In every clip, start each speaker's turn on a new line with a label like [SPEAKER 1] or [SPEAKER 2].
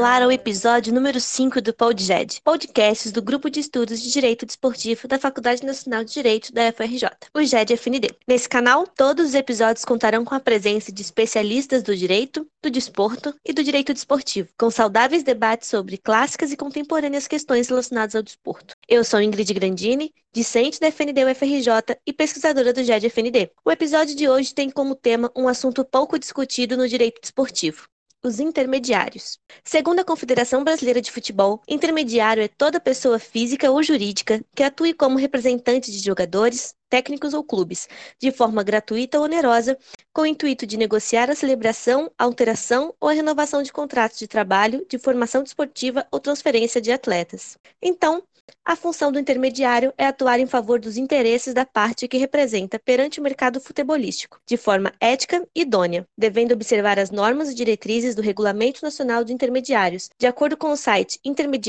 [SPEAKER 1] ar ao episódio número 5 do PodGed, podcasts do Grupo de Estudos de Direito Desportivo da Faculdade Nacional de Direito da UFRJ, o GED-FND. Nesse canal, todos os episódios contarão com a presença de especialistas do direito, do desporto e do direito desportivo, com saudáveis debates sobre clássicas e contemporâneas questões relacionadas ao desporto. Eu sou Ingrid Grandini, discente da FND UFRJ e pesquisadora do GED-FND. O episódio de hoje tem como tema um assunto pouco discutido no direito desportivo: os intermediários. Segundo a Confederação Brasileira de Futebol, intermediário é toda pessoa física ou jurídica que atue como representante de jogadores, técnicos ou clubes, de forma gratuita ou onerosa, com o intuito de negociar a celebração, alteração ou a renovação de contratos de trabalho, de formação desportiva ou transferência de atletas. Então, a função do intermediário é atuar em favor dos interesses da parte que representa perante o mercado futebolístico, de forma ética e idônea, devendo observar as normas e diretrizes do Regulamento Nacional de Intermediários, de acordo com o site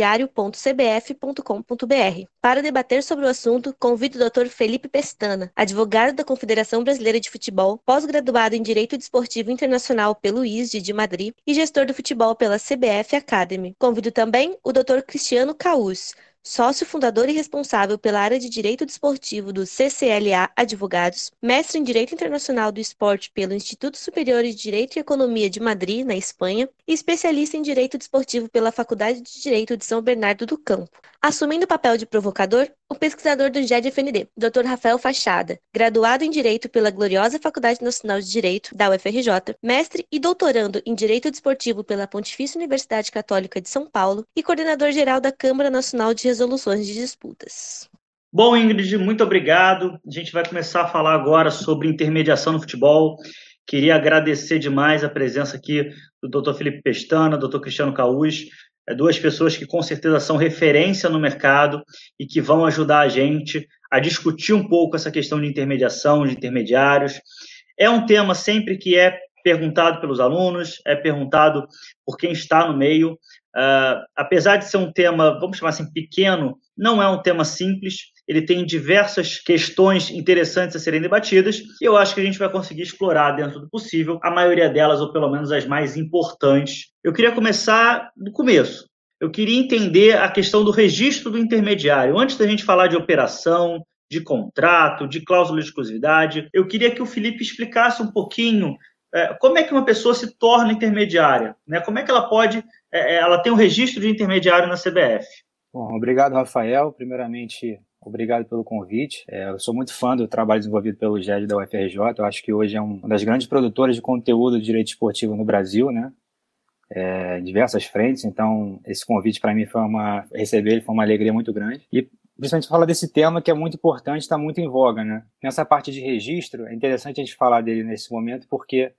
[SPEAKER 1] intermediario.cbf.com.br. Para debater sobre o assunto, convido o Dr. Felipe Pestana, advogado da Confederação Brasileira de Futebol, pós-graduado em Direito Desportivo Internacional pelo ISD de Madrid e gestor do futebol pela CBF Academy. Convido também o Dr. Cristiano Caus, sócio fundador e responsável pela área de Direito Desportivo do CCLA Advogados, mestre em Direito Internacional do Esporte pelo Instituto Superior de Direito e Economia de Madrid, na Espanha, e especialista em Direito Desportivo pela Faculdade de Direito de São Bernardo do Campo. Assumindo o papel de provocador, o pesquisador do GED-FND, Dr. Rafael Fachada, graduado em Direito pela gloriosa Faculdade Nacional de Direito, da UFRJ, mestre e doutorando em Direito Desportivo pela Pontifícia Universidade Católica de São Paulo e coordenador-geral da Câmara Nacional de Resoluções de Disputas.
[SPEAKER 2] Bom, Ingrid, muito obrigado. A gente vai começar a falar agora sobre intermediação no futebol. Queria agradecer demais a presença aqui do Dr. Felipe Pestana, Dr. Cristiano Caus, duas pessoas que com certeza são referência no mercado e que vão ajudar a gente a discutir um pouco essa questão de intermediação, de intermediários. É um tema sempre que é perguntado pelos alunos, é perguntado por quem está no meio. Apesar de ser um tema, vamos chamar assim, pequeno, não é um tema simples. Ele tem diversas questões interessantes a serem debatidas e eu acho que a gente vai conseguir explorar dentro do possível a maioria delas, ou pelo menos as mais importantes. Eu queria começar do começo. Eu queria entender a questão do registro do intermediário. Antes da gente falar de operação, de contrato, de cláusula de exclusividade, eu queria que o Felipe explicasse um pouquinho como é que uma pessoa se torna intermediária, né? Como é que ela pode, ela tem um registro de intermediário na CBF?
[SPEAKER 3] Bom, obrigado, Rafael. Primeiramente, obrigado pelo convite. Eu sou muito fã do trabalho desenvolvido pelo GED da UFRJ. Eu acho que hoje é uma das grandes produtoras de conteúdo de direito esportivo no Brasil, né? Em diversas frentes. Então, esse convite para mim receber ele foi uma alegria muito grande. E principalmente falar desse tema que é muito importante, está muito em voga, né? Nessa parte de registro, é interessante a gente falar dele nesse momento porque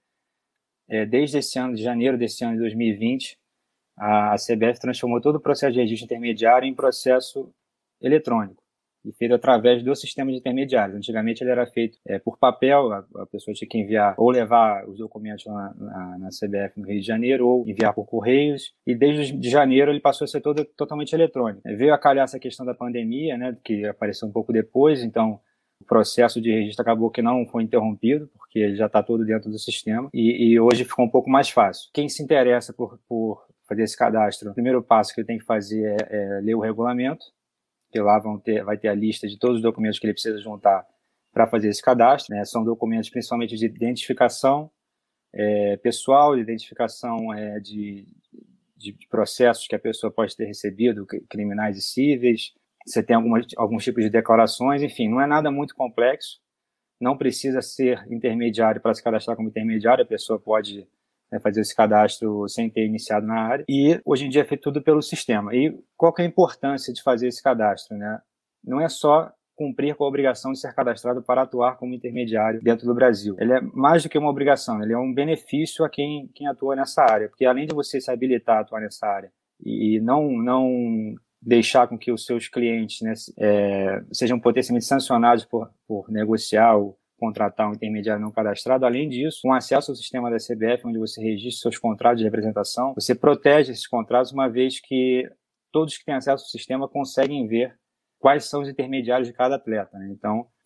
[SPEAKER 3] desde esse ano, de janeiro desse ano de 2020, a CBF transformou todo o processo de registro intermediário em processo eletrônico e feito através do sistema de intermediários. Antigamente ele era feito por papel, a pessoa tinha que enviar ou levar os documentos na CBF no Rio de Janeiro ou enviar por correios, e desde de janeiro ele passou a ser totalmente eletrônico. Veio a calhar essa questão da pandemia, né, que apareceu um pouco depois, então o processo de registro acabou que não foi interrompido, porque ele já está todo dentro do sistema, e hoje ficou um pouco mais fácil. Quem se interessa por fazer esse cadastro, o primeiro passo que ele tem que fazer é ler o regulamento, que lá vai ter a lista de todos os documentos que ele precisa juntar para fazer esse cadastro, né? São documentos principalmente de identificação pessoal, de identificação de processos que a pessoa pode ter recebido, criminais e cíveis. Você tem alguns tipos de declarações, enfim, não é nada muito complexo, não precisa ser intermediário para se cadastrar como intermediário, a pessoa pode fazer esse cadastro sem ter iniciado na área, e hoje em dia é feito tudo pelo sistema. E qual que é a importância de fazer esse cadastro, né? Não é só cumprir com a obrigação de ser cadastrado para atuar como intermediário dentro do Brasil. Ele é mais do que uma obrigação, ele é um benefício a quem atua nessa área, porque além de você se habilitar a atuar nessa área e não deixar com que os seus clientes, né, sejam potencialmente sancionados por negociar ou contratar um intermediário não cadastrado, além disso, com acesso ao sistema da CBF, onde você registra seus contratos de representação, você protege esses contratos, uma vez que todos que têm acesso ao sistema conseguem ver quais são os intermediários de cada atleta, né? Então,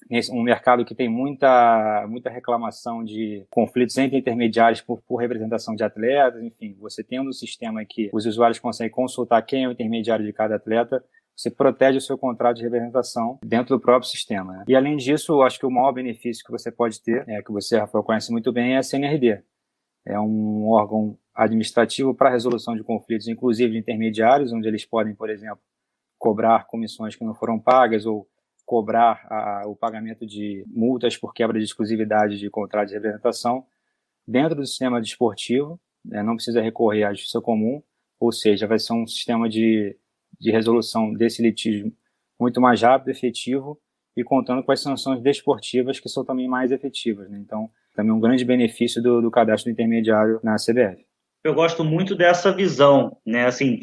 [SPEAKER 3] um mercado que tem muita reclamação de conflitos entre intermediários por representação de atletas, enfim, você tendo um sistema que os usuários conseguem consultar quem é o intermediário de cada atleta, você protege o seu contrato de representação dentro do próprio sistema, né? E além disso, eu acho que o maior benefício que você pode ter, que você, Rafael, conhece muito bem, é a CNRD. É um órgão administrativo para resolução de conflitos, inclusive de intermediários, onde eles podem, por exemplo, cobrar comissões que não foram pagas ou cobrar o pagamento de multas por quebra de exclusividade de contrato de representação dentro do sistema desportivo, não precisa recorrer à justiça comum, ou seja, vai ser um sistema de resolução desse litígio muito mais rápido, efetivo e contando com as sanções desportivas que são também mais efetivas, né? Então, também um grande benefício do cadastro intermediário na CBF.
[SPEAKER 2] Eu gosto muito dessa visão, né? Assim,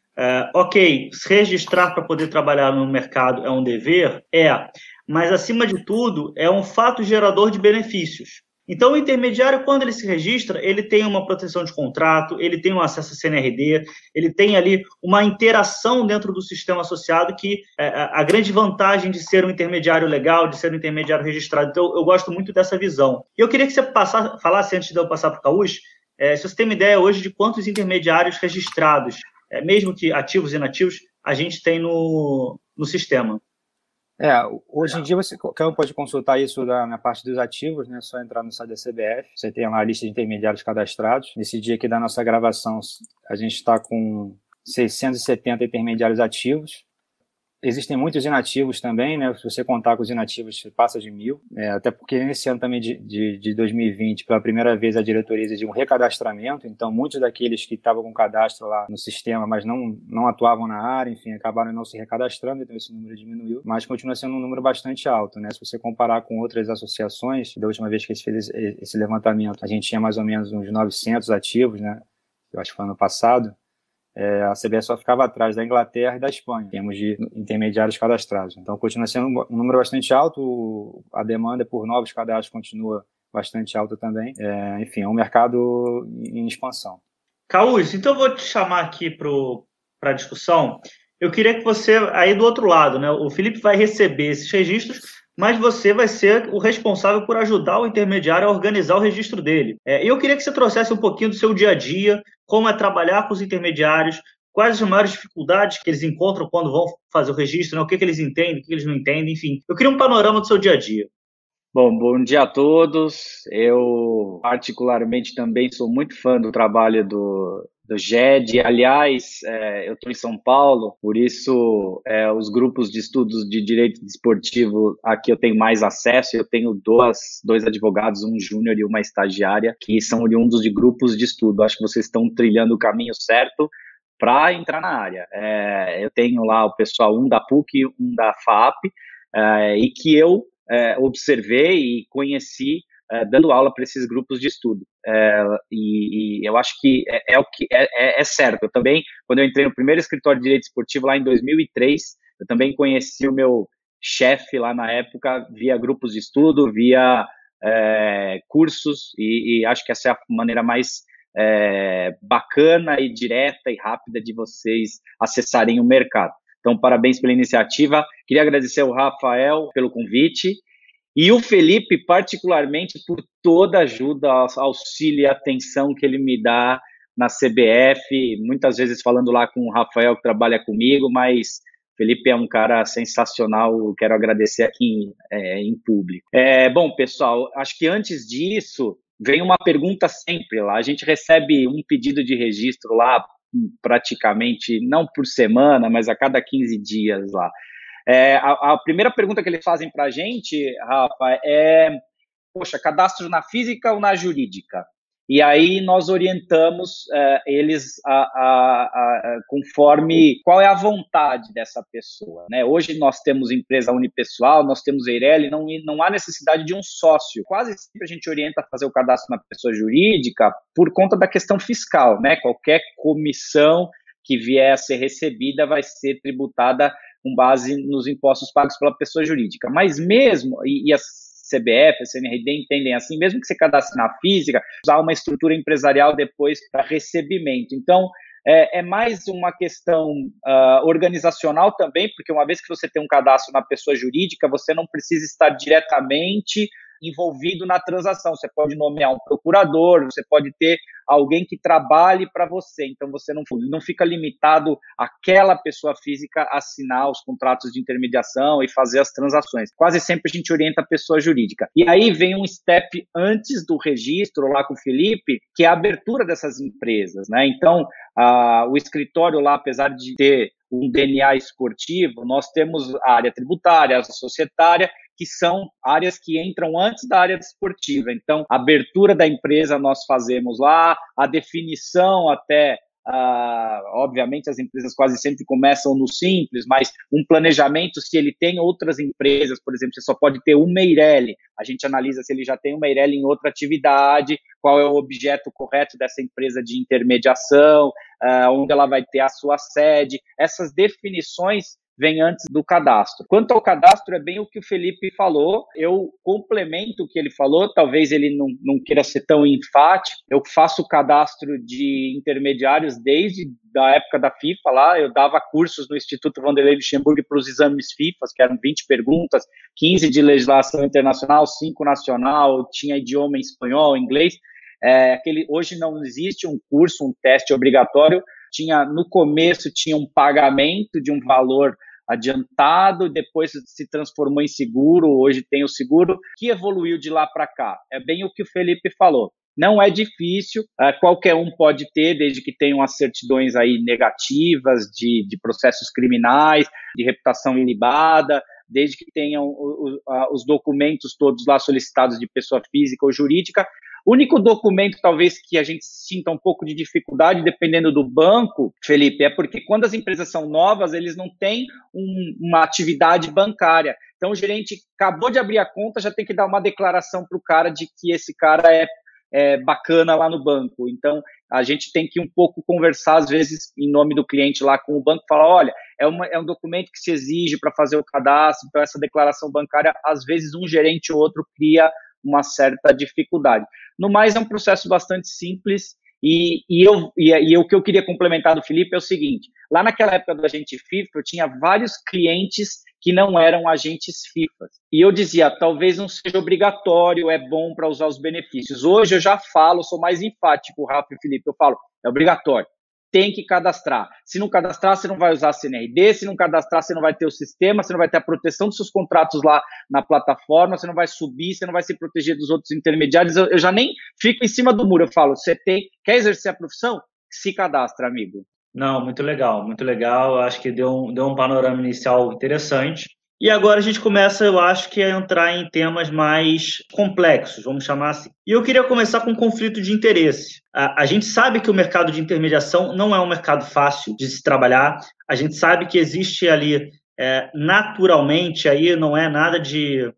[SPEAKER 2] ok, se registrar para poder trabalhar no mercado é um dever? Mas acima de tudo é um fato gerador de benefícios. Então, o intermediário, quando ele se registra, ele tem uma proteção de contrato, ele tem um acesso a CNRD, ele tem ali uma interação dentro do sistema associado que a grande vantagem de ser um intermediário legal, de ser um intermediário registrado. Então, eu gosto muito dessa visão. E eu queria que você falasse, antes de eu passar para o Cauís, se você tem uma ideia hoje de quantos intermediários registrados, mesmo que ativos e inativos, a gente tem no sistema.
[SPEAKER 3] Hoje em dia qualquer um pode consultar isso na parte dos ativos, né? Só entrar no site da CBF, você tem lá a lista de intermediários cadastrados. Nesse dia aqui da nossa gravação, a gente está com 670 intermediários ativos. Existem muitos inativos também, né? Se você contar com os inativos, passa de 1.000. Até porque nesse ano também de 2020, pela primeira vez, a diretoria exigiu um recadastramento. Então, muitos daqueles que estavam com cadastro lá no sistema, mas não atuavam na área, enfim, acabaram não se recadastrando. Então, esse número diminuiu. Mas continua sendo um número bastante alto, né? Se você comparar com outras associações, da última vez que a gente fez esse levantamento, a gente tinha mais ou menos uns 900 ativos, né? Eu acho que foi ano passado. A CBF só ficava atrás da Inglaterra e da Espanha, em termos de intermediários cadastrados. Então, continua sendo um número bastante alto, a demanda por novos cadastros continua bastante alta também. Enfim, é um mercado em expansão.
[SPEAKER 2] Caús, então eu vou te chamar aqui para a discussão. Eu queria que você, aí do outro lado, né, o Felipe vai receber esses registros, mas você vai ser o responsável por ajudar o intermediário a organizar o registro dele. Eu queria que você trouxesse um pouquinho do seu dia a dia, como é trabalhar com os intermediários, quais as maiores dificuldades que eles encontram quando vão fazer o registro, né? O que eles entendem, o que eles não entendem, enfim. Eu queria um panorama do seu dia a dia.
[SPEAKER 4] Bom dia a todos. Eu, particularmente, também sou muito fã do trabalho do GED. Aliás, eu estou em São Paulo, por isso os grupos de estudos de direito desportivo aqui eu tenho mais acesso. Eu tenho dois advogados, um júnior e uma estagiária, que são oriundos de grupos de estudo. Acho que vocês estão trilhando o caminho certo para entrar na área. Eu tenho lá o pessoal, um da PUC, um da FAAP, e que eu observei e conheci dando aula para esses grupos de estudo. E eu acho que o que é certo. Eu também, quando eu entrei no primeiro escritório de direito esportivo lá em 2003, eu também conheci o meu chefe lá na época via grupos de estudo, via cursos, e acho que essa é a maneira mais bacana e direta e rápida de vocês acessarem o mercado. Então, parabéns pela iniciativa. Queria agradecer ao Rafael pelo convite e o Felipe, particularmente, por toda a ajuda, auxílio e atenção que ele me dá na CBF, muitas vezes falando lá com o Rafael, que trabalha comigo, mas o Felipe é um cara sensacional, quero agradecer aqui em público. Bom, pessoal, acho que antes disso, vem uma pergunta sempre lá. A gente recebe um pedido de registro lá, praticamente, não por semana, mas a cada 15 dias lá. A primeira pergunta que eles fazem para a gente, Rafa, poxa, cadastro na física ou na jurídica? E aí nós orientamos eles conforme qual é a vontade dessa pessoa, né? Hoje nós temos empresa unipessoal, nós temos Eireli, não há necessidade de um sócio. Quase sempre a gente orienta a fazer o cadastro na pessoa jurídica por conta da questão fiscal, né? Qualquer comissão que vier a ser recebida vai ser tributada com base nos impostos pagos pela pessoa jurídica. Mas mesmo, e as CBF, a CNRD entendem assim, mesmo que você cadastre na física, usar uma estrutura empresarial depois para recebimento. Então, é mais uma questão organizacional também, porque uma vez que você tem um cadastro na pessoa jurídica, você não precisa estar diretamente envolvido na transação. Você pode nomear um procurador, você pode ter alguém que trabalhe para você. Então, você não fica limitado àquela pessoa física assinar os contratos de intermediação e fazer as transações. Quase sempre a gente orienta a pessoa jurídica. E aí vem um step antes do registro, lá com o Felipe, que é a abertura dessas empresas, né? Então, o escritório lá, apesar de ter um DNA esportivo, nós temos a área tributária, a societária, que são áreas que entram antes da área esportiva. Então, a abertura da empresa nós fazemos lá, a definição até, obviamente as empresas quase sempre começam no simples, mas um planejamento, se ele tem outras empresas, por exemplo, você só pode ter um Meirelli, a gente analisa se ele já tem um Meirelli em outra atividade, qual é o objeto correto dessa empresa de intermediação, onde ela vai ter a sua sede. Essas definições vem antes do cadastro. Quanto ao cadastro, é bem o que o Felipe falou, eu complemento o que ele falou, talvez ele não queira ser tão enfático, eu faço o cadastro de intermediários desde a época da FIFA lá, eu dava cursos no Instituto Vanderlei Luxemburgo para os exames FIFA, que eram 20 perguntas, 15 de legislação internacional, 5 nacional, tinha idioma em espanhol, inglês, hoje não existe um curso, um teste obrigatório, no começo tinha um pagamento de um valor adiantado, depois se transformou em seguro, hoje tem o seguro, que evoluiu de lá para cá. É bem o que o Felipe falou. Não é difícil, qualquer um pode ter, desde que tenham as certidões aí negativas de processos criminais, de reputação ilibada, desde que tenham os documentos todos lá solicitados de pessoa física ou jurídica. O único documento, talvez, que a gente sinta um pouco de dificuldade, dependendo do banco, Felipe, é porque quando as empresas são novas, eles não têm uma atividade bancária. Então, o gerente acabou de abrir a conta, já tem que dar uma declaração para o cara de que esse cara é bacana lá no banco. Então, a gente tem que um pouco conversar, às vezes, em nome do cliente lá com o banco, falar, olha, é um documento que se exige para fazer o cadastro, então essa declaração bancária, às vezes, um gerente ou outro cria uma certa dificuldade. No mais, é um processo bastante simples e o que eu queria complementar do Felipe é o seguinte, lá naquela época do agente FIFA, eu tinha vários clientes que não eram agentes FIFA. E eu dizia, talvez não seja obrigatório, é bom para usar os benefícios. Hoje eu já falo, sou mais enfático, Rafa e Felipe, eu falo, é obrigatório. Tem que cadastrar. Se não cadastrar, você não vai usar a CNRD, se não cadastrar, você não vai ter o sistema, você não vai ter a proteção dos seus contratos lá na plataforma, você não vai subir, você não vai se proteger dos outros intermediários. Eu já nem fico em cima do muro, eu falo, quer exercer a profissão? Se cadastra, amigo.
[SPEAKER 2] Não, muito legal, muito legal. Eu acho que deu um panorama inicial interessante. E agora a gente começa, eu acho que a entrar em temas mais complexos, vamos chamar assim. E eu queria começar com conflito de interesse. A gente sabe que o mercado de intermediação não é um mercado fácil de se trabalhar. A gente sabe que existe ali, naturalmente, aí não é nada de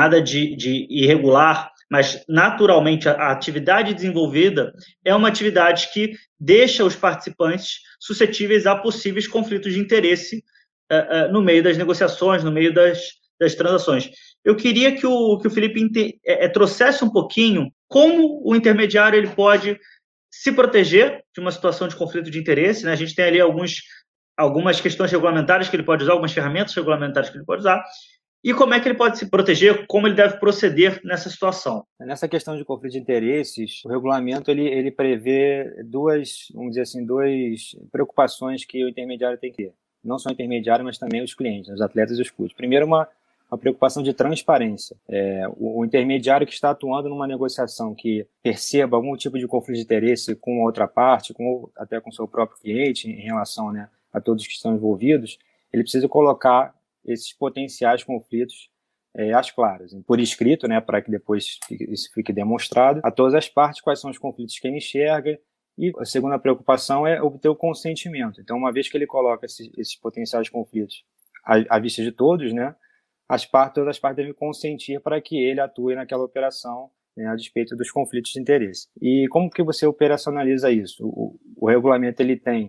[SPEAKER 2] irregular, mas naturalmente a atividade desenvolvida é uma atividade que deixa os participantes suscetíveis a possíveis conflitos de interesse no meio das negociações, no meio das transações. Eu queria que o Felipe trouxesse um pouquinho como o intermediário ele pode se proteger de uma situação de conflito de interesse, né? A gente tem ali algumas questões regulamentares que ele pode usar, algumas ferramentas regulamentares que ele pode usar, e como é que ele pode se proteger, como ele deve proceder nessa situação.
[SPEAKER 3] Nessa questão de conflito de interesses, o regulamento ele prevê duas preocupações que o intermediário tem que ter. Não só o intermediário, mas também os clientes, os atletas e os clubes. Primeiro, uma preocupação de transparência. O intermediário que está atuando numa negociação que perceba algum tipo de conflito de interesse com outra parte, até com o seu próprio cliente, em relação, né, a todos que estão envolvidos, ele precisa colocar esses potenciais conflitos às claras, por escrito, né, para que depois isso fique demonstrado a todas as partes quais são os conflitos que ele enxerga. E a segunda preocupação é obter o consentimento. Então, uma vez que ele coloca esses potenciais conflitos à vista de todos, né, todas as partes devem consentir para que ele atue naquela operação, né, a despeito dos conflitos de interesse. E como que você operacionaliza isso? O regulamento ele tem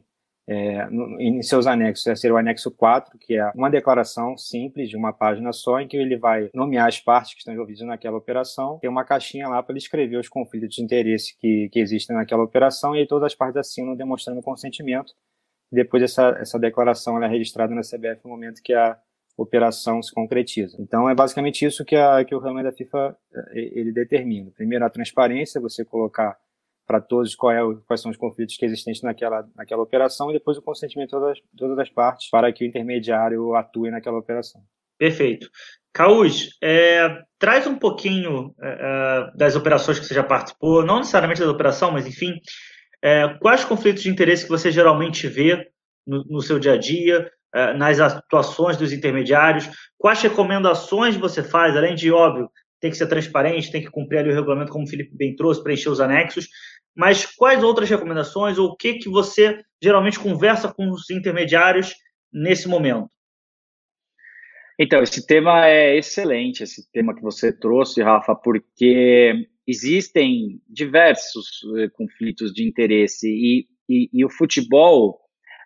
[SPEAKER 3] em seus anexos, seria o anexo 4, que é uma declaração simples de uma página só, em que ele vai nomear as partes que estão envolvidas naquela operação, tem uma caixinha lá para ele escrever os conflitos de interesse que existem naquela operação, e aí todas as partes assinam demonstrando consentimento. Depois essa declaração ela é registrada na CBF no momento que a operação se concretiza. Então é basicamente isso que o regulamento da FIFA ele determina. Primeiro, a transparência, você colocar para todos quais são os conflitos que existem naquela operação, e depois o consentimento de todas as partes para que o intermediário atue naquela operação.
[SPEAKER 2] Perfeito. Caús, traz um pouquinho das operações que você já participou, não necessariamente da operação, mas enfim, quais conflitos de interesse que você geralmente vê no seu dia a dia, nas atuações dos intermediários, quais recomendações você faz, além de, óbvio, tem que ser transparente, tem que cumprir ali o regulamento, como o Felipe bem trouxe, preencher os anexos, mas quais outras recomendações ou o que você geralmente conversa com os intermediários nesse momento?
[SPEAKER 4] Então, esse tema é excelente, esse tema que você trouxe, Rafa, porque existem diversos conflitos de interesse e o futebol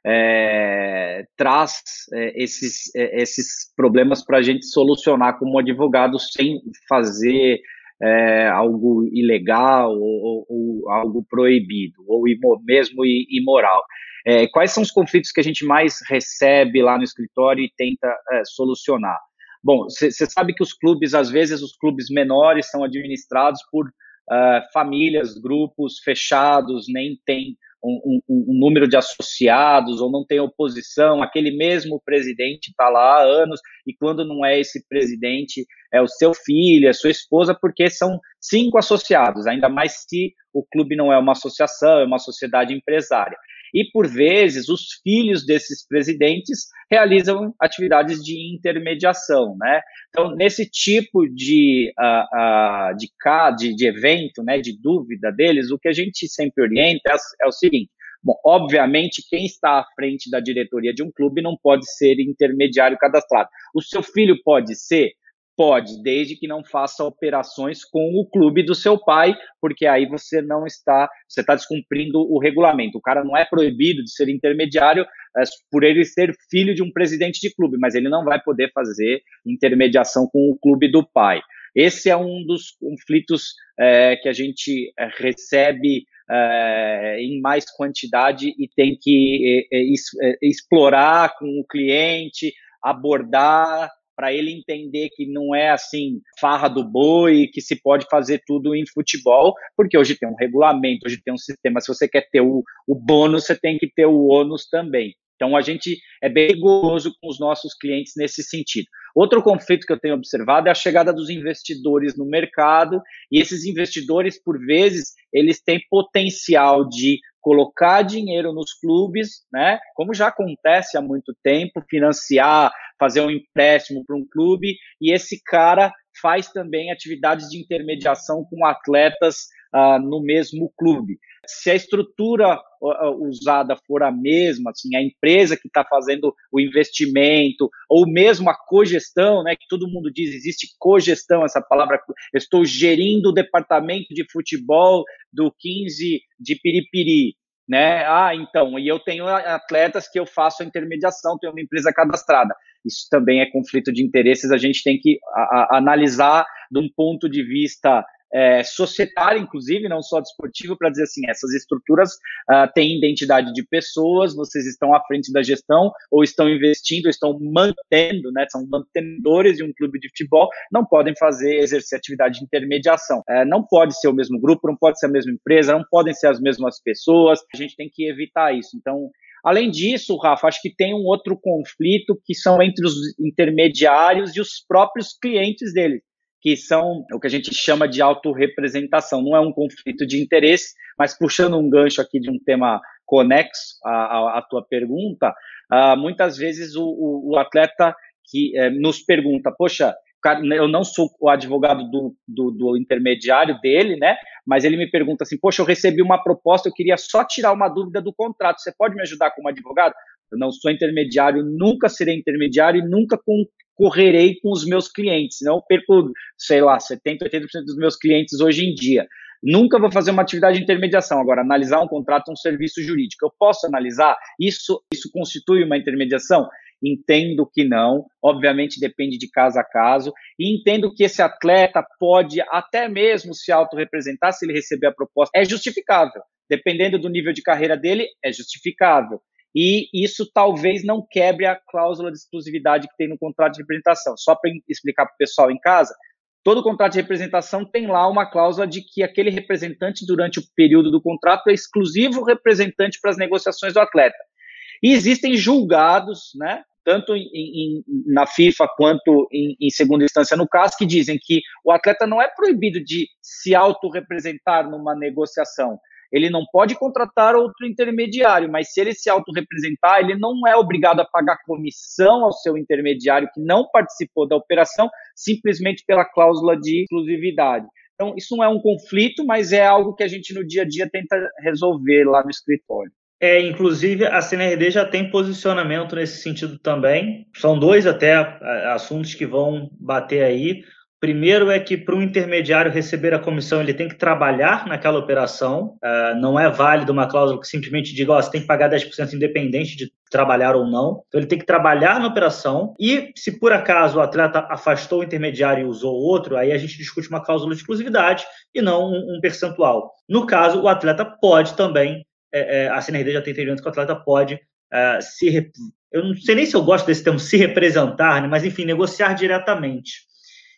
[SPEAKER 4] traz esses problemas para a gente solucionar como advogado sem fazer algo ilegal ou algo proibido, ou mesmo imoral. Quais são os conflitos que a gente mais recebe lá no escritório e tenta solucionar? Bom, você sabe que os clubes, às vezes, os clubes menores são administrados por famílias, grupos fechados, nem tem um número de associados, ou não tem oposição, aquele mesmo presidente está lá há anos, e quando não é esse presidente, é o seu filho, é sua esposa, porque são 5 associados, ainda mais se o clube não é uma associação, é uma sociedade empresária. E, por vezes, os filhos desses presidentes realizam atividades de intermediação, né? Então, nesse tipo de evento, né, de dúvida deles, o que a gente sempre orienta é o seguinte: bom, obviamente, quem está à frente da diretoria de um clube não pode ser intermediário cadastrado. O seu filho pode ser? Pode, desde que não faça operações com o clube do seu pai, porque aí você está descumprindo o regulamento. O cara não é proibido de ser intermediário por ele ser filho de um presidente de clube, mas ele não vai poder fazer intermediação com o clube do pai. Esse é um dos conflitos que a gente recebe em mais quantidade e tem que explorar com o cliente, abordar, para ele entender que não é assim, farra do boi, que se pode fazer tudo em futebol, porque hoje tem um regulamento, hoje tem um sistema, se você quer ter o bônus, você tem que ter o ônus também. Então, a gente é bem rigoroso com os nossos clientes nesse sentido. Outro conflito que eu tenho observado é a chegada dos investidores no mercado, e esses investidores, por vezes, eles têm potencial de colocar dinheiro nos clubes, né? Como já acontece há muito tempo, financiar, fazer um empréstimo para um clube, e esse cara faz também atividades de intermediação com atletas no mesmo clube. Se a estrutura usada for a mesma, assim, a empresa que está fazendo o investimento, ou mesmo a cogestão, né, que todo mundo diz, existe cogestão, essa palavra, eu estou gerindo o departamento de futebol do 15 de Piripiri, né? Então, e eu tenho atletas que eu faço a intermediação, tenho uma empresa cadastrada. Isso também é conflito de interesses, a gente tem que analisar de um ponto de vista societário, inclusive, não só desportivo, para dizer assim, essas estruturas têm identidade de pessoas, vocês estão à frente da gestão, ou estão investindo, ou estão mantendo, né, são mantenedores de um clube de futebol, não podem exercer atividade de intermediação. Não pode ser o mesmo grupo, não pode ser a mesma empresa, não podem ser as mesmas pessoas, a gente tem que evitar isso. Então, além disso, Rafa, acho que tem um outro conflito que são entre os intermediários e os próprios clientes deles, que são o que a gente chama de autorrepresentação. Não é um conflito de interesse, mas puxando um gancho aqui de um tema conexo à tua pergunta, muitas vezes o atleta que nos pergunta, poxa, eu não sou o advogado do intermediário dele, né? Mas ele me pergunta assim, poxa, eu recebi uma proposta, eu queria só tirar uma dúvida do contrato, você pode me ajudar como advogado? Eu não sou intermediário, nunca serei intermediário e nunca concorrerei com os meus clientes, senão eu perco, sei lá, 70%, 80% dos meus clientes hoje em dia. Nunca vou fazer uma atividade de intermediação. Agora, analisar um contrato é um serviço jurídico. Eu posso analisar? Isso constitui uma intermediação? Entendo que não. Obviamente depende de caso a caso. E entendo que esse atleta pode até mesmo se autorrepresentar se ele receber a proposta. É justificável. Dependendo do nível de carreira dele, é justificável. E isso talvez não quebre a cláusula de exclusividade que tem no contrato de representação. Só para explicar para o pessoal em casa, todo contrato de representação tem lá uma cláusula de que aquele representante, durante o período do contrato, é exclusivo representante para as negociações do atleta. E existem julgados, né, tanto na FIFA quanto em segunda instância no CAS, que dizem que o atleta não é proibido de se autorrepresentar numa negociação. Ele não pode contratar outro intermediário, mas se ele se autorrepresentar, ele não é obrigado a pagar comissão ao seu intermediário que não participou da operação, simplesmente pela cláusula de exclusividade. Então, isso não é um conflito, mas é algo que a gente no dia a dia tenta resolver lá no escritório.
[SPEAKER 2] Inclusive, a CNRD já tem posicionamento nesse sentido também. São dois até assuntos que vão bater aí. Primeiro é que para um intermediário receber a comissão, ele tem que trabalhar naquela operação. Não é válido uma cláusula que simplesmente diga, você tem que pagar 10% independente de trabalhar ou não. Então, ele tem que trabalhar na operação e, se por acaso o atleta afastou o intermediário e usou outro, aí a gente discute uma cláusula de exclusividade e não um percentual. No caso, o atleta pode também, a CNRD já tem entendimento que o atleta pode eu não sei nem se eu gosto desse termo, se representar, né? Mas, enfim, negociar diretamente.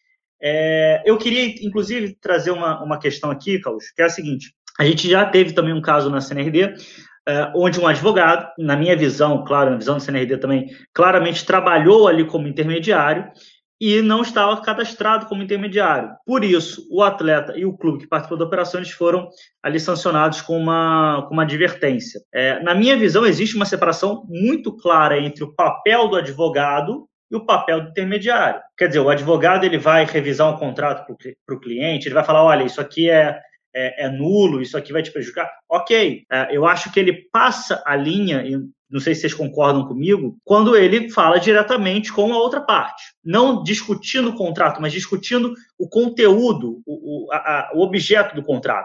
[SPEAKER 2] Eu queria, inclusive, trazer uma questão aqui, Carlos, que é a seguinte. A gente já teve também um caso na CNRD, onde um advogado, na minha visão, claro, na visão da CNRD também, claramente trabalhou ali como intermediário e não estava cadastrado como intermediário. Por isso, o atleta e o clube que participou da operação, eles foram ali sancionados com uma advertência. Na minha visão, existe uma separação muito clara entre o papel do advogado e o papel do intermediário. Quer dizer, o advogado ele vai revisar um contrato para o cliente, ele vai falar, olha, isso aqui é nulo, isso aqui vai te prejudicar. Ok, eu acho que ele passa a linha, e não sei se vocês concordam comigo, quando ele fala diretamente com a outra parte. Não discutindo o contrato, mas discutindo o conteúdo, o objeto do contrato.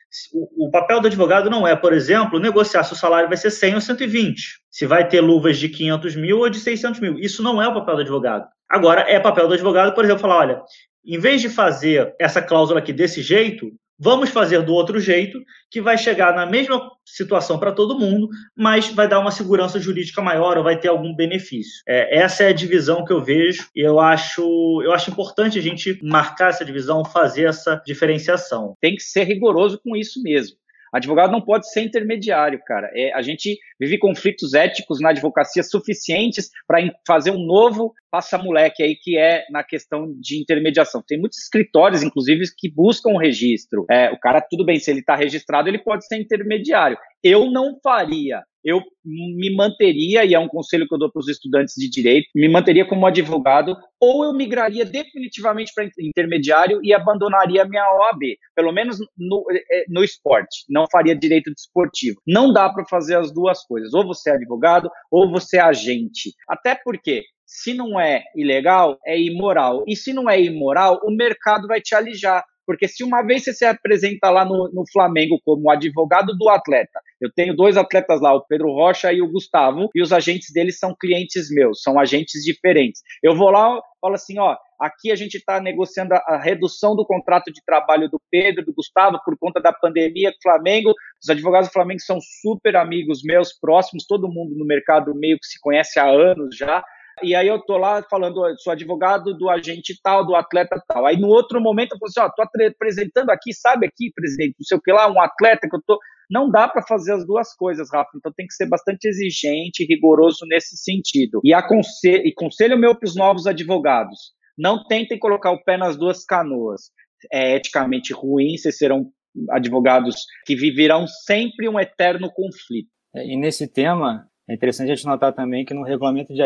[SPEAKER 2] O papel do advogado não é, por exemplo, negociar se o salário vai ser 100 ou 120, se vai ter luvas de 500 mil ou de 600 mil. Isso não é o papel do advogado. Agora, é papel do advogado, por exemplo, falar, olha, em vez de fazer essa cláusula aqui desse jeito, vamos fazer do outro jeito, que vai chegar na mesma situação para todo mundo, mas vai dar uma segurança jurídica maior ou vai ter algum benefício. Essa é a divisão que eu vejo e eu acho importante a gente marcar essa divisão, fazer essa diferenciação.
[SPEAKER 4] Tem que ser rigoroso com isso mesmo. Advogado não pode ser intermediário, cara. A gente vive conflitos éticos na advocacia suficientes para fazer um novo passa-moleque aí, que é na questão de intermediação. Tem muitos escritórios, inclusive, que buscam o registro. O cara, tudo bem, se ele está registrado, ele pode ser intermediário. Eu não faria. Eu me manteria, e é um conselho que eu dou para os estudantes de direito, me manteria como advogado, ou eu migraria definitivamente para intermediário e abandonaria a minha OAB, pelo menos no esporte, não faria direito desportivo. Não dá para fazer as duas coisas, ou você é advogado, ou você é agente. Até porque, se não é ilegal, é imoral. E se não é imoral, o mercado vai te alijar. Porque se uma vez você se apresenta lá no Flamengo como advogado do atleta, eu tenho 2 atletas lá, o Pedro Rocha e o Gustavo, e os agentes deles são clientes meus, são agentes diferentes. Eu vou lá e falo assim, aqui a gente está negociando a redução do contrato de trabalho do Pedro, do Gustavo, por conta da pandemia do Flamengo. Os advogados do Flamengo são super amigos meus, próximos, todo mundo no mercado meio que se conhece há anos já. E aí eu tô lá falando, sou advogado do agente tal, do atleta tal. Aí no outro momento eu falo assim, tô apresentando aqui, sabe aqui, presidente, não sei o que lá, um atleta que eu tô... Não dá para fazer as duas coisas, Rafa. Então tem que ser bastante exigente e rigoroso nesse sentido. E conselho meu para os novos advogados, não tentem colocar o pé nas duas canoas. É eticamente ruim, vocês serão advogados que viverão sempre um eterno conflito.
[SPEAKER 3] E nesse tema... É interessante a gente notar também que no regulamento de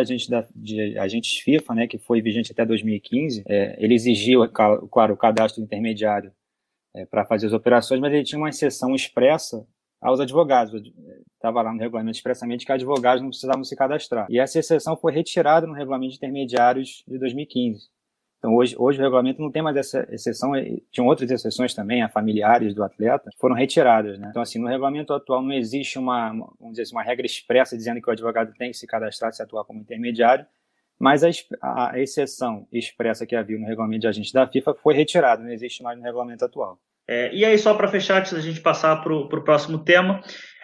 [SPEAKER 3] agentes FIFA, né, que foi vigente até 2015, ele exigia, claro, o cadastro intermediário para fazer as operações, mas ele tinha uma exceção expressa aos advogados. Estava lá no regulamento expressamente que advogados não precisavam se cadastrar. E essa exceção foi retirada no regulamento de intermediários de 2015. Então, hoje o regulamento não tem mais essa exceção, tinham outras exceções também, a familiares do atleta, que foram retiradas, né? Então, assim, no regulamento atual não existe vamos dizer assim, uma regra expressa dizendo que o advogado tem que se cadastrar, se atuar como intermediário, mas a exceção expressa que havia no regulamento de agente da FIFA foi retirada, não existe mais no regulamento atual.
[SPEAKER 2] E aí, só para fechar, antes da gente passar para o próximo tema,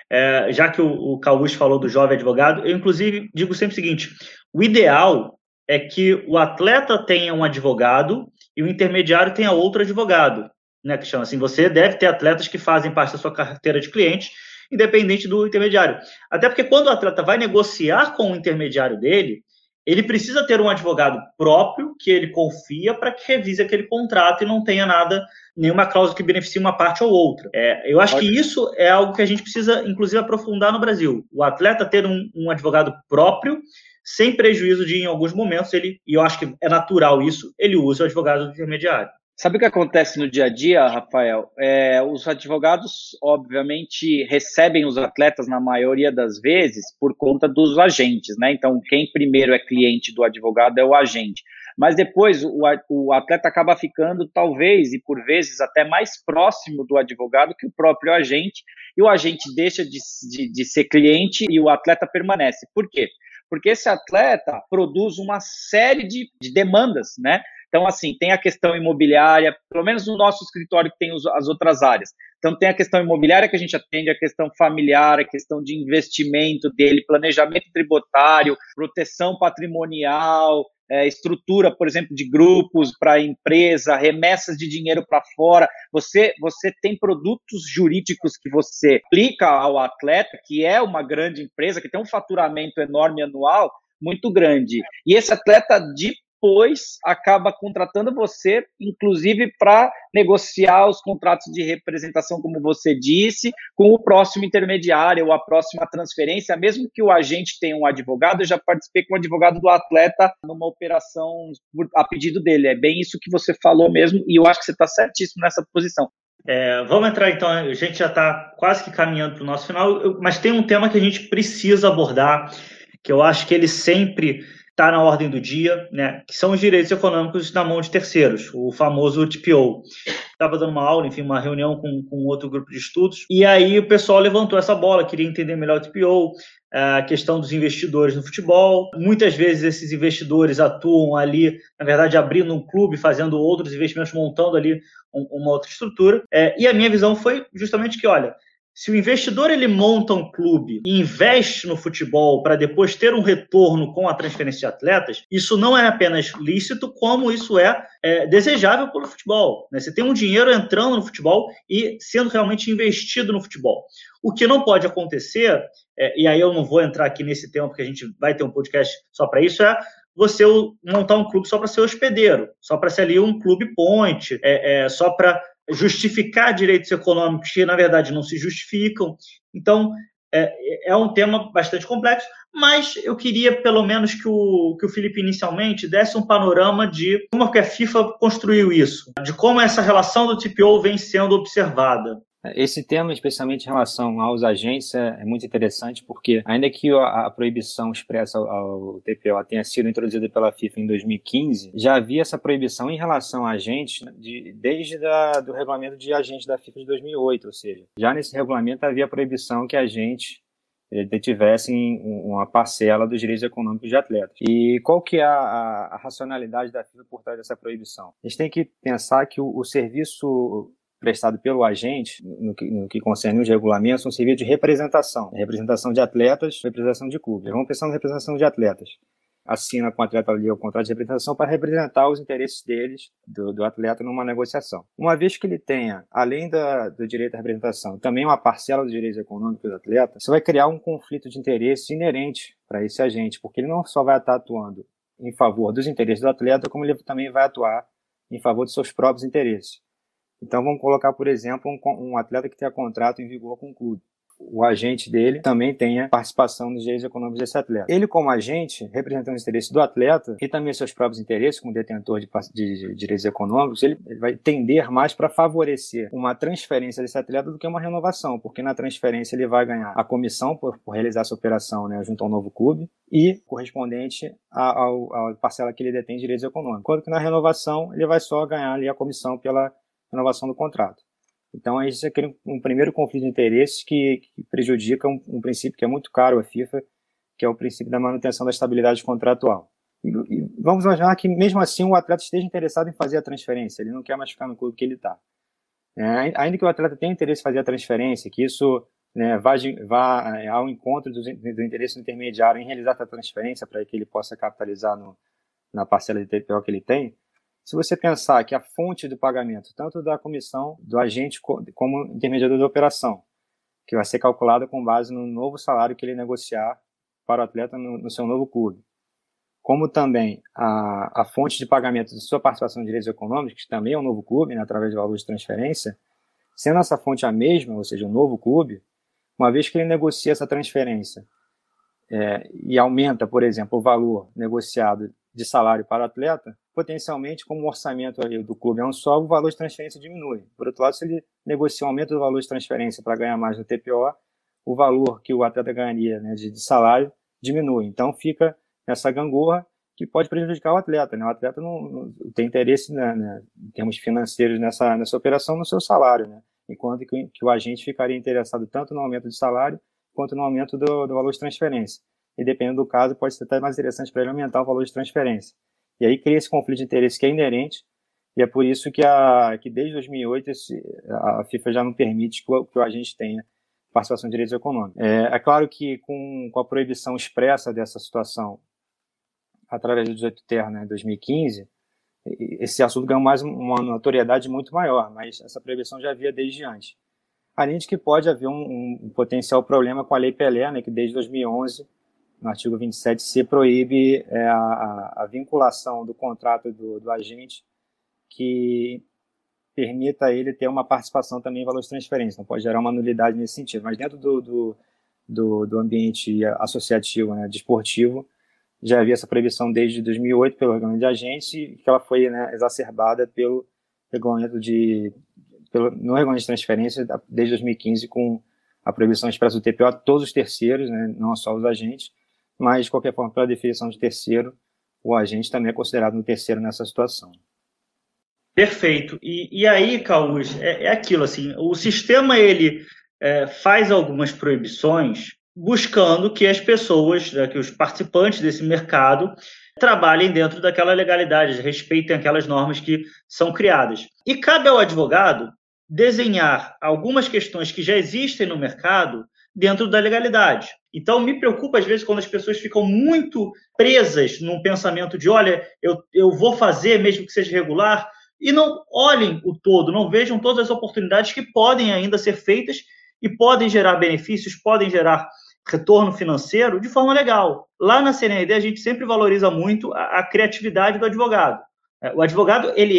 [SPEAKER 2] já que o Cauís falou do jovem advogado, eu, inclusive, digo sempre o seguinte, o ideal é que o atleta tenha um advogado e o intermediário tenha outro advogado, né, Cristiano? Assim, você deve ter atletas que fazem parte da sua carteira de clientes, independente do intermediário. Até porque quando o atleta vai negociar com o intermediário dele, ele precisa ter um advogado próprio que ele confia para que revise aquele contrato e não tenha nenhuma cláusula que beneficie uma parte ou outra. Eu acho que isso é algo que a gente precisa, inclusive, aprofundar no Brasil. O atleta ter um advogado próprio, sem prejuízo de, em alguns momentos, e eu acho que é natural isso, ele usa o advogado do intermediário.
[SPEAKER 4] Sabe o que acontece no dia a dia, Rafael? Os advogados, obviamente, recebem os atletas, na maioria das vezes, por conta dos agentes, né? Então, quem primeiro é cliente do advogado é o agente. Mas depois o atleta acaba ficando, talvez, e por vezes até mais próximo do advogado que o próprio agente, e o agente deixa de ser cliente e o atleta permanece. Por quê? Porque esse atleta produz uma série de demandas, né? Então, assim, tem a questão imobiliária, pelo menos no nosso escritório que tem as outras áreas. Então, tem a questão imobiliária que a gente atende, a questão familiar, a questão de investimento dele, planejamento tributário, proteção patrimonial, estrutura, por exemplo, de grupos para a empresa, remessas de dinheiro para fora. Você tem produtos jurídicos que você aplica ao atleta, que é uma grande empresa, que tem um faturamento enorme anual, muito grande. E esse atleta depois acaba contratando você, inclusive para negociar os contratos de representação, como você disse, com o próximo intermediário ou a próxima transferência, mesmo que o agente tenha um advogado. Eu já participei com o advogado do atleta numa operação a pedido dele. É bem isso que você falou mesmo, e eu acho que você está certíssimo nessa posição.
[SPEAKER 2] Vamos entrar então, a gente já está quase que caminhando para o nosso final, mas tem um tema que a gente precisa abordar, que eu acho que ele sempre está na ordem do dia, né, que são os direitos econômicos na mão de terceiros, o famoso TPO. Estava dando uma aula, enfim, uma reunião com outro grupo de estudos, e aí o pessoal levantou essa bola, queria entender melhor o TPO, a questão dos investidores no futebol. Muitas vezes esses investidores atuam ali, na verdade, abrindo um clube, fazendo outros investimentos, montando ali uma outra estrutura. E a minha visão foi justamente que, olha, se o investidor ele monta um clube e investe no futebol para depois ter um retorno com a transferência de atletas, isso não é apenas lícito, como isso é desejável pelo futebol, né? Você tem um dinheiro entrando no futebol e sendo realmente investido no futebol. O que não pode acontecer, e aí eu não vou entrar aqui nesse tema, porque a gente vai ter um podcast só para isso, é você montar um clube só para ser hospedeiro, só para ser ali um clube point, só para justificar direitos econômicos que, na verdade, não se justificam. Então, é um tema bastante complexo, mas eu queria, pelo menos, que o Felipe inicialmente desse um panorama de como que a FIFA construiu isso, de como essa relação do TPO vem sendo observada.
[SPEAKER 3] Esse tema, especialmente em relação aos agentes, é muito interessante porque, ainda que a proibição expressa ao TPO tenha sido introduzida pela FIFA em 2015, já havia essa proibição em relação a agentes desde do regulamento de agentes da FIFA de 2008, ou seja, já nesse regulamento havia a proibição que agentes detivessem uma parcela dos direitos econômicos de atletas. E qual que é a racionalidade da FIFA por trás dessa proibição? A gente tem que pensar que o serviço prestado pelo agente, no que concerne os regulamentos, um serviço de representação de atletas, representação de clubes. Vamos pensar na representação de atletas. Assina com o atleta ali o contrato de representação para representar os interesses deles, do atleta, numa negociação. Uma vez que ele tenha, além do direito à representação, também uma parcela dos direitos econômicos do atleta, você vai criar um conflito de interesse inerente para esse agente, porque ele não só vai estar atuando em favor dos interesses do atleta, como ele também vai atuar em favor dos seus próprios interesses. Então, vamos colocar, por exemplo, um atleta que tenha contrato em vigor com o clube. o agente dele também tenha participação nos direitos econômicos desse atleta. Ele, como agente, representando os interesses do atleta e também seus próprios interesses como detentor de direitos econômicos, ele vai tender mais para favorecer uma transferência desse atleta do que uma renovação, porque na transferência ele vai ganhar a comissão por realizar essa operação, né, junto ao novo clube e correspondente à parcela que ele detém de direitos econômicos. Enquanto que na renovação ele vai só ganhar ali a comissão pela renovação do contrato. Então, esse é um primeiro conflito de interesses que prejudica um princípio que é muito caro à FIFA, que é o princípio da manutenção da estabilidade contratual. E vamos imaginar que, mesmo assim, o atleta esteja interessado em fazer a transferência, ele não quer mais ficar no clube que ele está. Ainda que o atleta tenha interesse em fazer a transferência, que isso, né, vá ao encontro do interesse do intermediário em realizar a transferência para que ele possa capitalizar na parcela de TPO que ele tem. Se você pensar que a fonte do pagamento, tanto da comissão, do agente, como intermediador da operação, que vai ser calculada com base no novo salário que ele negociar para o atleta no seu novo clube, como também a fonte de pagamento de sua participação em direitos econômicos, que também é um novo clube, né, através do valor de transferência, sendo essa fonte a mesma, ou seja, o novo clube, uma vez que ele negocia essa transferência e aumenta, por exemplo, o valor negociado de salário para o atleta, potencialmente, como o orçamento do clube é um só, o valor de transferência diminui. Por outro lado, se ele negocia um aumento do valor de transferência para ganhar mais no TPO, o valor que o atleta ganharia, né, de salário diminui. Então, fica essa gangorra que pode prejudicar o atleta, né? O atleta não tem interesse, né, em termos financeiros nessa operação no seu salário, né? Enquanto que o agente ficaria interessado tanto no aumento de salário quanto no aumento do valor de transferência. E dependendo do caso, pode ser até mais interessante para ele aumentar o valor de transferência. E aí cria esse conflito de interesse que é inerente, e é por isso que desde 2008 a FIFA já não permite que o agente tenha participação em direitos econômicos. É claro que com a proibição expressa dessa situação, através do 18 Ter, né, em 2015, esse assunto ganhou mais uma notoriedade muito maior, mas essa proibição já havia desde antes. Além de que pode haver um potencial problema com a Lei Pelé, né, que desde 2011, no artigo 27, se proíbe a vinculação do contrato do agente que permita ele ter uma participação também em valores de transferência. Não pode gerar uma nulidade nesse sentido. Mas dentro do ambiente associativo, né, desportivo, já havia essa proibição desde 2008 pelo regulamento de agentes e que ela foi, né, exacerbada pelo regulamento no regulamento de transferência desde 2015 com a proibição expressa do TPO a todos os terceiros, né, não só os agentes, mas, de qualquer forma, pela definição de terceiro, o agente também é considerado um terceiro nessa situação.
[SPEAKER 2] Perfeito. E aí, Caús, é aquilo, assim, o sistema, ele faz algumas proibições buscando que as pessoas, que os participantes desse mercado trabalhem dentro daquela legalidade, respeitem aquelas normas que são criadas. E cabe ao advogado desenhar algumas questões que já existem no mercado dentro da legalidade. Então, me preocupa, às vezes, quando as pessoas ficam muito presas num pensamento de, olha, eu vou fazer, mesmo que seja irregular, e não olhem o todo, não vejam todas as oportunidades que podem ainda ser feitas e podem gerar benefícios, podem gerar retorno financeiro de forma legal. Lá na CNRD, a gente sempre valoriza muito a criatividade do advogado. O advogado, ele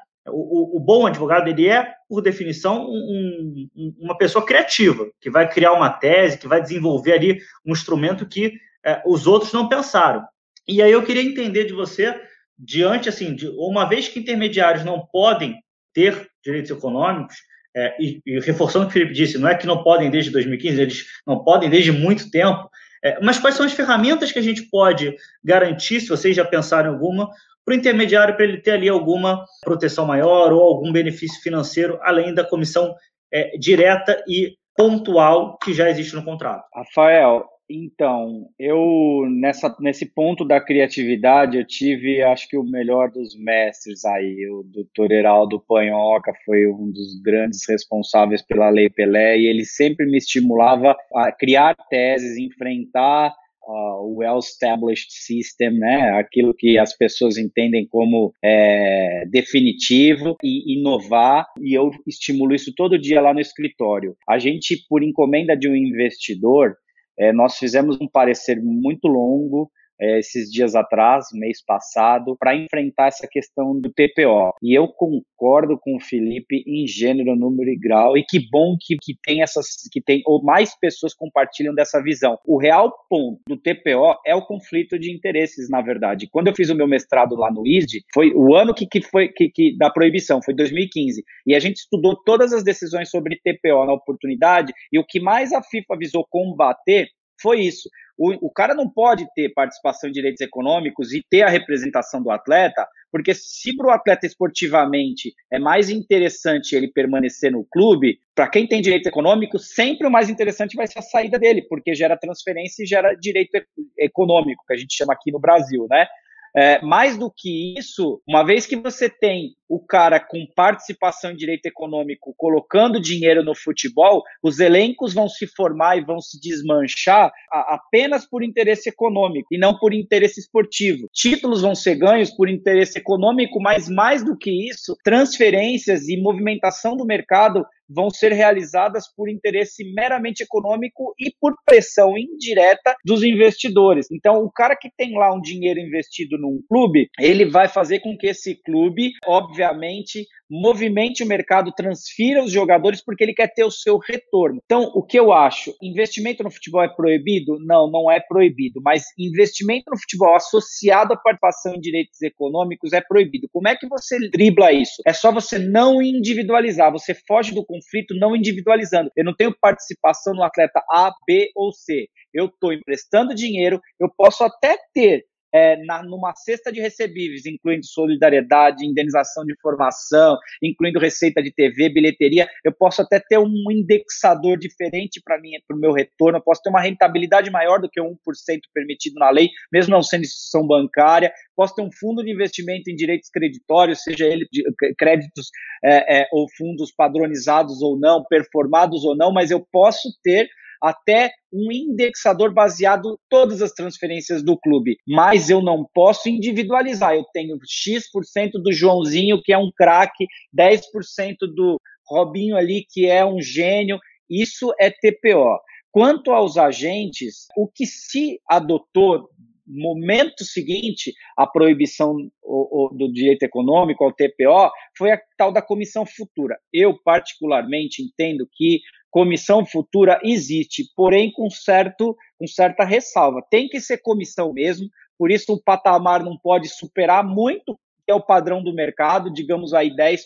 [SPEAKER 2] o bom advogado, ele é, por definição, uma pessoa criativa, que vai criar uma tese, que vai desenvolver ali um instrumento que os outros não pensaram. E aí eu queria entender de você, diante, assim, uma vez que intermediários não podem ter direitos econômicos, e reforçando o que o Felipe disse, não é que não podem desde 2015, eles não podem desde muito tempo, mas quais são as ferramentas que a gente pode garantir, se vocês já pensaram em alguma, para o intermediário, para ele ter ali alguma proteção maior ou algum benefício financeiro, além da comissão direta e pontual que já existe no contrato?
[SPEAKER 4] Rafael, então, nesse ponto da criatividade, eu tive, acho que o melhor dos mestres aí, o Dr. Heraldo Panhoca foi um dos grandes responsáveis pela Lei Pelé, e ele sempre me estimulava a criar teses, enfrentar o well-established system, né? Aquilo que as pessoas entendem como definitivo, e inovar, e eu estimulo isso todo dia lá no escritório. A gente, por encomenda de um investidor, nós fizemos um parecer muito longo, esses dias atrás, mês passado, para enfrentar essa questão do TPO. E eu concordo com o Felipe em gênero, número e grau, e que bom que tem ou mais pessoas compartilham dessa visão. O real ponto do TPO é o conflito de interesses, na verdade. Quando eu fiz o meu mestrado lá no ISD, foi o ano que da proibição, foi 2015, e a gente estudou todas as decisões sobre TPO na oportunidade, e o que mais a FIFA visou combater foi isso. O cara não pode ter participação em direitos econômicos e ter a representação do atleta, porque se para o atleta esportivamente é mais interessante ele permanecer no clube, para quem tem direito econômico, sempre o mais interessante vai ser a saída dele, porque gera transferência e gera direito econômico, que a gente chama aqui no Brasil, né? Mais do que isso, uma vez que você tem o cara com participação em direito econômico colocando dinheiro no futebol, os elencos vão se formar e vão se desmanchar apenas por interesse econômico e não por interesse esportivo. Títulos vão ser ganhos por interesse econômico, mas mais do que isso, transferências e movimentação do mercado vão ser realizadas por interesse meramente econômico e por pressão indireta dos investidores. Então, o cara que tem lá um dinheiro investido num clube, ele vai fazer com que esse clube, obviamente, movimente o mercado, transfira os jogadores porque ele quer ter o seu retorno. Então, o que eu acho? Investimento no futebol é proibido? Não, não é proibido, mas investimento no futebol associado à participação em direitos econômicos é proibido. Como é que você dribla isso? É só você não individualizar, você foge do conflito não individualizando. Eu não tenho participação no atleta A, B ou C. Eu estou emprestando dinheiro, eu posso até ter numa cesta de recebíveis, incluindo solidariedade, indenização de formação, incluindo receita de TV, bilheteria, eu posso até ter um indexador diferente para o meu retorno, eu posso ter uma rentabilidade maior do que o 1% permitido na lei, mesmo não sendo instituição bancária, posso ter um fundo de investimento em direitos creditórios, seja ele de créditos ou fundos padronizados ou não, performados ou não, mas eu posso ter até um indexador baseado em todas as transferências do clube, mas eu não posso individualizar, eu tenho X% do Joãozinho, que é um craque, 10% do Robinho ali, que é um gênio, isso é TPO. Quanto aos agentes, o que se adotou no momento seguinte à proibição do direito econômico, ao TPO, foi a tal da comissão futura. Eu, particularmente, entendo que comissão futura existe, porém com certa ressalva. Tem que ser comissão mesmo, por isso o patamar não pode superar muito, que é o padrão do mercado, digamos aí 10%,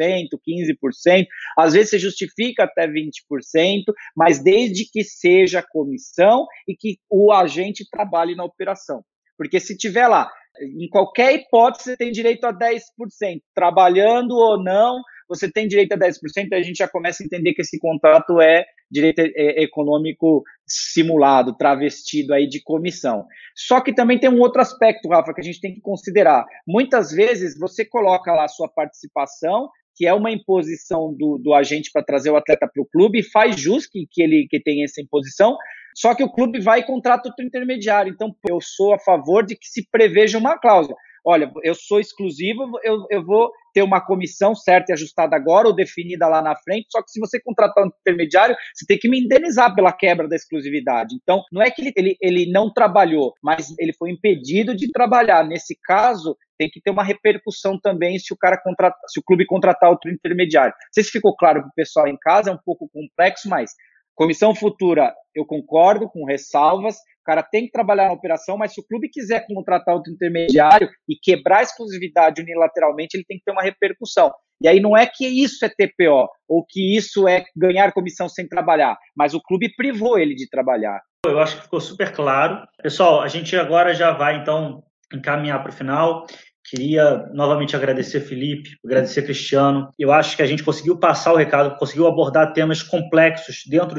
[SPEAKER 4] 15%, às vezes se justifica até 20%, mas desde que seja comissão e que o agente trabalhe na operação. Porque se tiver lá, em qualquer hipótese, você tem direito a 10%, trabalhando ou não, você tem direito a 10%, a gente já começa a entender que esse contrato é direito econômico simulado, travestido aí de comissão. Só que também tem um outro aspecto, Rafa, que a gente tem que considerar. Muitas vezes você coloca lá a sua participação, que é uma imposição do agente para trazer o atleta para o clube, e faz jus que tenha essa imposição, só que o clube vai e contrata outro intermediário. Então, eu sou a favor de que se preveja uma cláusula. Olha, eu sou exclusivo, eu vou ter uma comissão certa e ajustada agora ou definida lá na frente, só que se você contratar um intermediário, você tem que me indenizar pela quebra da exclusividade. Então, não é que ele não trabalhou, mas ele foi impedido de trabalhar. Nesse caso, tem que ter uma repercussão também se o clube contratar outro intermediário. Não sei se ficou claro para o pessoal em casa, é um pouco complexo, mas comissão futura, eu concordo, com ressalvas, o cara tem que trabalhar na operação, mas se o clube quiser contratar outro intermediário e quebrar a exclusividade unilateralmente, ele tem que ter uma repercussão. E aí não é que isso é TPO, ou que isso é ganhar comissão sem trabalhar, mas o clube privou ele de trabalhar.
[SPEAKER 2] Eu acho que ficou super claro. Pessoal, a gente agora já vai, então, encaminhar para o final. Queria novamente agradecer Felipe, agradecer Cristiano. Eu acho que a gente conseguiu passar o recado, conseguiu abordar temas complexos dentro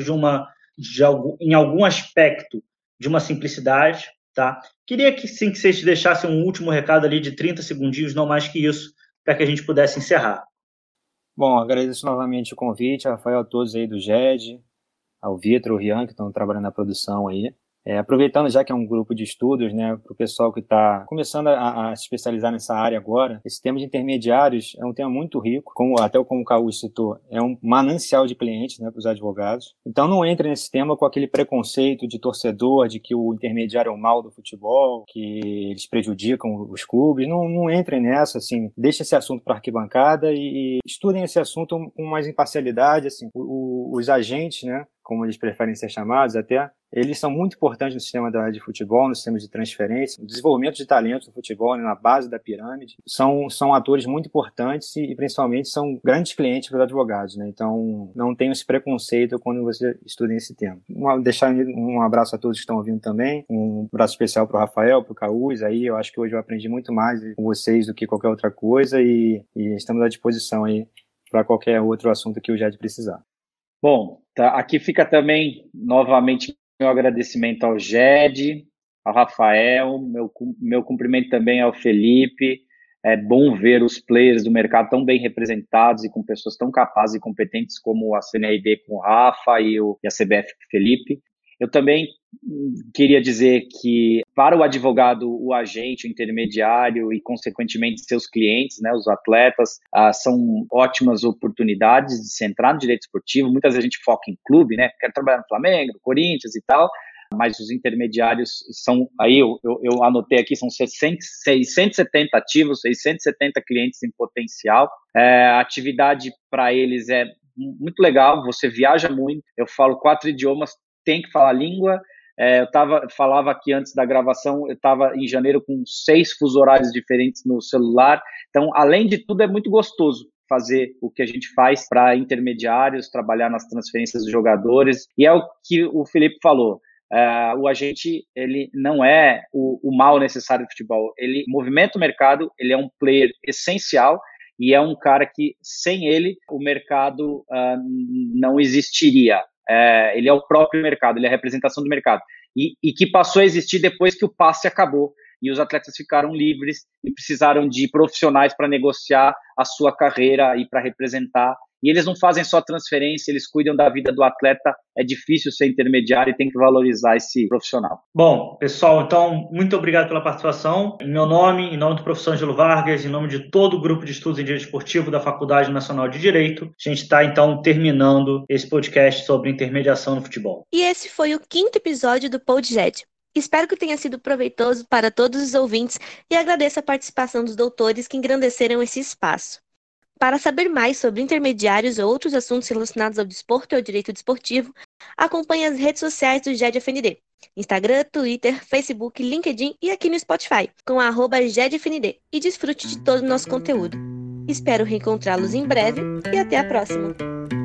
[SPEAKER 2] em algum aspecto de uma simplicidade, tá? Queria que sim que vocês deixassem um último recado ali de 30 segundinhos, não mais que isso, para que a gente pudesse encerrar.
[SPEAKER 3] Bom, agradeço novamente o convite, Rafael, a todos aí do GED, ao Vitor, ao Rian, que estão trabalhando na produção aí. Aproveitando já que é um grupo de estudos, né, para o pessoal que está começando a se especializar nessa área agora, esse tema de intermediários é um tema muito rico, como o Caú citou, é um manancial de clientes, né, para os advogados. Então não entre nesse tema com aquele preconceito de torcedor, de que o intermediário é o mal do futebol, que eles prejudicam os clubes. Não entrem nessa, assim, deixem esse assunto para arquibancada e estudem esse assunto com mais imparcialidade, assim, os agentes, né, como eles preferem ser chamados até, eles são muito importantes no sistema de futebol, no sistema de transferência, no desenvolvimento de talentos no futebol, né, na base da pirâmide. São atores muito importantes e principalmente são grandes clientes para os advogados, né? Então não tenham esse preconceito quando você estuda esse tema. Deixar um abraço a todos que estão ouvindo também, um abraço especial para o Rafael, para o Caús, aí eu acho que hoje eu aprendi muito mais com vocês do que qualquer outra coisa e estamos à disposição aí para qualquer outro assunto que o Jed precisar.
[SPEAKER 4] Bom, aqui fica também, novamente, meu agradecimento ao Jed, ao Rafael, meu cumprimento também ao Felipe. É bom ver os players do mercado tão bem representados e com pessoas tão capazes e competentes como a CNRD com o Rafa e a CBF com o Felipe. Eu também queria dizer que, para o advogado, o agente, o intermediário e, consequentemente, seus clientes, né, os atletas, são ótimas oportunidades de se entrar no direito esportivo. Muitas vezes a gente foca em clube, né? Quero trabalhar no Flamengo, no Corinthians e tal, mas os intermediários são, aí eu anotei aqui, são 670 ativos, 670 clientes em potencial. A atividade para eles é muito legal, você viaja muito, eu falo 4 idiomas, tem que falar a língua. Falava aqui antes da gravação, eu estava em janeiro com 6 fusos horários diferentes no celular. Então, além de tudo, é muito gostoso fazer o que a gente faz para intermediários, trabalhar nas transferências dos jogadores. E é o que o Felipe falou. O agente, ele não é o mal necessário do futebol. Ele movimenta o mercado, ele é um player essencial e é um cara que, sem ele, o mercado não existiria. Ele é o próprio mercado, ele é a representação do mercado. E que passou a existir depois que o passe acabou e os atletas ficaram livres e precisaram de profissionais para negociar a sua carreira e para representar. E eles não fazem só transferência, eles cuidam da vida do atleta. É difícil ser intermediário e tem que valorizar esse profissional.
[SPEAKER 2] Bom, pessoal, então, muito obrigado pela participação. Em meu nome, em nome do professor Ângelo Vargas, em nome de todo o grupo de estudos em Direito Esportivo da Faculdade Nacional de Direito, a gente está, então, terminando esse podcast sobre intermediação no futebol.
[SPEAKER 1] E esse foi o 5º episódio do PodJed. Espero que tenha sido proveitoso para todos os ouvintes e agradeço a participação dos doutores que engrandeceram esse espaço. Para saber mais sobre intermediários ou outros assuntos relacionados ao desporto e ao direito desportivo, acompanhe as redes sociais do GED-FND, Instagram, Twitter, Facebook, LinkedIn e aqui no Spotify, com @GED-FND, e desfrute de todo o nosso conteúdo. Espero reencontrá-los em breve e até a próxima!